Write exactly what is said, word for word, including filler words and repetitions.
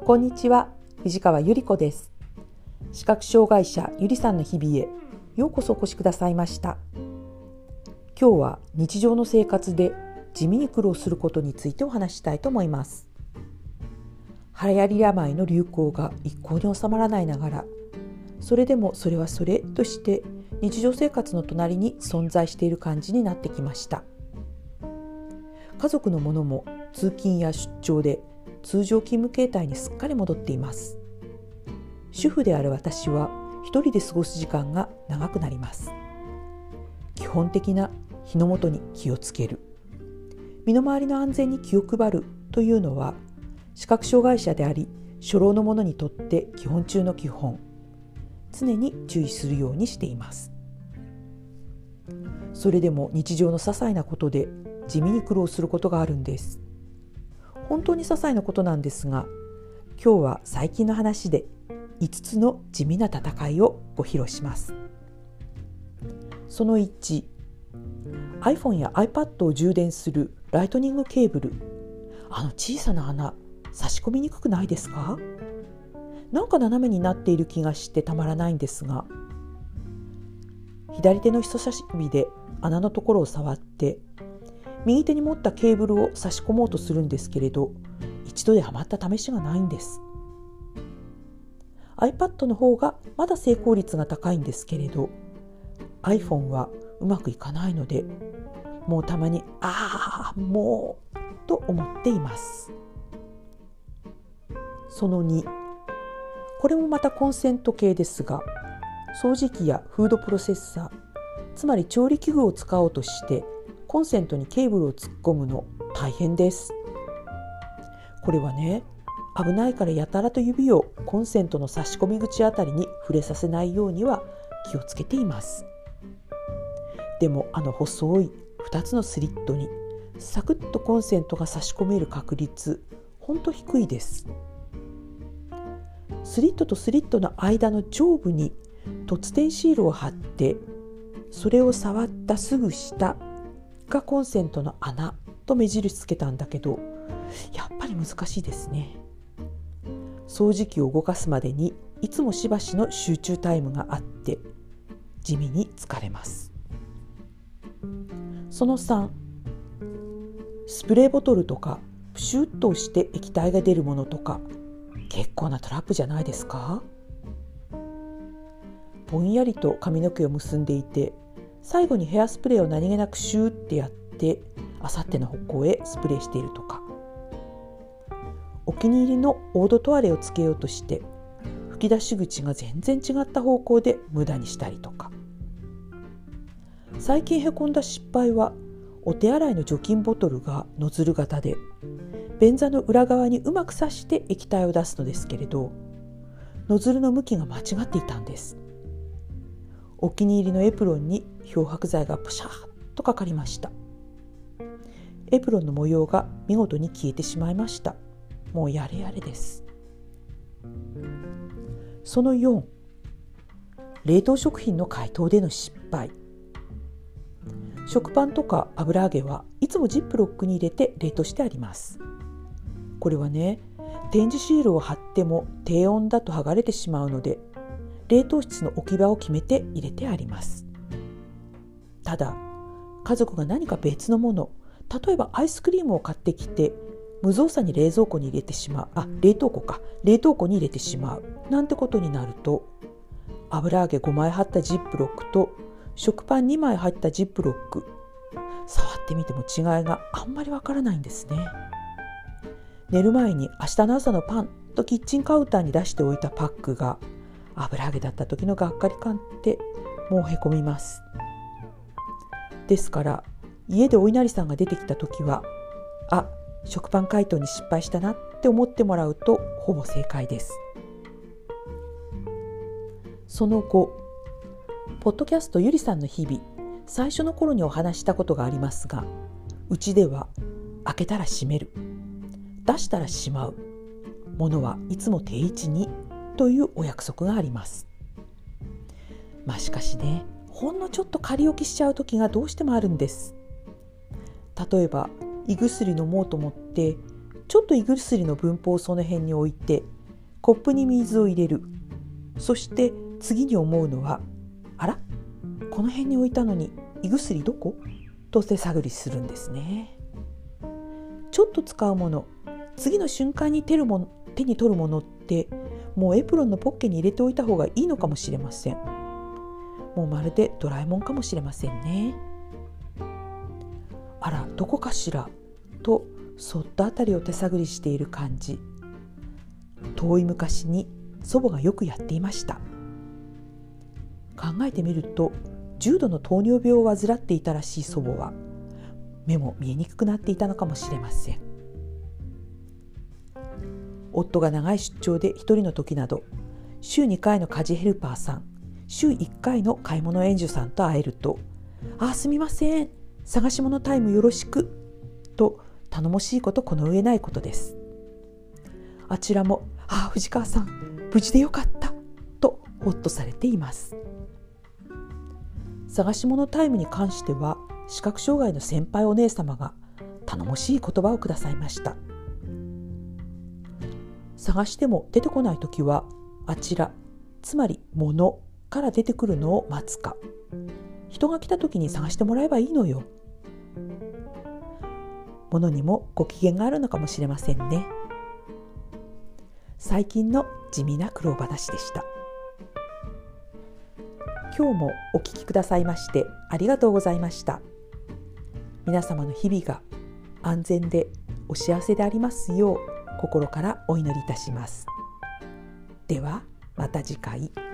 こんにちは、藤川ゆり子です。視覚障害者ゆりさんの日々へようこそお越しくださいました。今日は日常の生活で地味に苦労することについてお話したいと思います。流行り病の流行が一向に収まらないながら、それでもそれはそれとして日常生活の隣に存在している感じになってきました。家族の者も通勤や出張で通常勤務形態にすっかり戻っています。主婦である私は一人で過ごす時間が長くなります。基本的な火の元に気をつける、身の回りの安全に気を配るというのは視覚障害者であり初老の者にとって基本中の基本、常に注意するようにしています。それでも日常の些細なことで地味に苦労することがあるんです。本当に些細なことなんですが、今日は最近の話でいつつの地味な戦いをご披露します。そのいち、iPhone や iPad を充電するライトニングケーブル。あの小さな穴、差し込みにくくないですか？なんか斜めになっている気がしてたまらないんですが、左手の人差し指で穴のところを触って、右手に持ったケーブルを差し込もうとするんですけれど、一度ではまった試しがないんです。 iPad の方がまだ成功率が高いんですけれど、 iPhone はうまくいかないので、もうたまにああもうと思っています。そのに、これもまたコンセント系ですが、掃除機やフードプロセッサー、つまり調理器具を使おうとしてコンセントにケーブルを突っ込むの大変です。これはね、危ないからやたらと指をコンセントの差し込み口あたりに触れさせないようには気をつけています。でもあの細いふたつのスリットにサクッとコンセントが差し込める確率、ほんと低いです。スリットとスリットの間の上部に凸点シールを貼って、それを触ったすぐ下がコンセントの穴と目印つけたんだけど、やっぱり難しいですね。掃除機を動かすまでにいつもしばしの集中タイムがあって、地味に疲れます。そのさん、スプレーボトルとかプシュッと押して液体が出るものとか、結構なトラップじゃないですか？ぼんやりと髪の毛を結んでいて、最後にヘアスプレーを何気なくシューってやって、あさっての方向へスプレーしているとか、お気に入りのオードトワレをつけようとして吹き出し口が全然違った方向で無駄にしたりとか。最近へこんだ失敗は、お手洗いの除菌ボトルがノズル型で便座の裏側にうまく刺して液体を出すのですけれど、ノズルの向きが間違っていたんです。お気に入りのエプロンに漂白剤がプシャーッとかかりました。エプロンの模様が見事に消えてしまいました。もうやれやれです。そのよん、冷凍食品の解凍での失敗。食パンとか油揚げはいつもジップロックに入れて冷凍してあります。これはね、展示シールを貼っても低温だと剥がれてしまうので、冷凍室の置き場を決めて入れてあります。ただ、家族が何か別のもの、例えばアイスクリームを買ってきて無造作に冷蔵庫に入れてしまう、あ、冷凍庫か、冷凍庫に入れてしまうなんてことになると、油揚げごまい入ったジップロックと食パンにまい入ったジップロック、触ってみても違いがあんまりわからないんですね。寝る前に明日の朝のパンとキッチンカウンターに出しておいたパックが油揚げだった時のがっかり感ってもうへこみます。ですから家でお稲荷さんが出てきた時は、あ、食パン解凍に失敗したなって思ってもらうとほぼ正解です。その後、ポッドキャストゆりさんの日々、最初の頃にお話したことがありますが、うちでは開けたら閉める、出したらしまう、ものはいつも定位置にというお約束があります。まあしかしね、ほんのちょっと仮置きしちゃう時がどうしてもあるんです。例えば胃薬飲もうと思ってちょっと胃薬の分布をその辺に置いてコップに水を入れる。そして次に思うのは、あら、この辺に置いたのに胃薬どこ？と手探りするんですね。ちょっと使うもの、次の瞬間に手るもの手に取るものってもうエプロンのポッケに入れておいた方がいいのかもしれません。もうまるでドラえもんかもしれませんね。あら、どこかしらとそっとあたりを手探りしている感じ。遠い昔に祖母がよくやっていました。考えてみると重度の糖尿病を患っていたらしい祖母は目も見えにくくなっていたのかもしれません。夫が長い出張で一人の時など、週にかいの家事ヘルパーさん、週いっかいの買い物援助さんと会えると、あ、すみません、探し物タイムよろしくと頼もしいことこの上ないことです。あちらも、あ、藤川さん無事でよかったとほっとされています。探し物タイムに関しては視覚障害の先輩お姉様が頼もしい言葉をくださいました。探しても出てこないときは、あちら、つまり物から出てくるのを待つか、人が来たときに探してもらえばいいのよ。物にもご機嫌があるのかもしれませんね。最近の地味な苦労話でした。今日もお聞きくださいましてありがとうございました。皆様の日々が安全でお幸せでありますよう心からお祈りいたします。ではまた次回。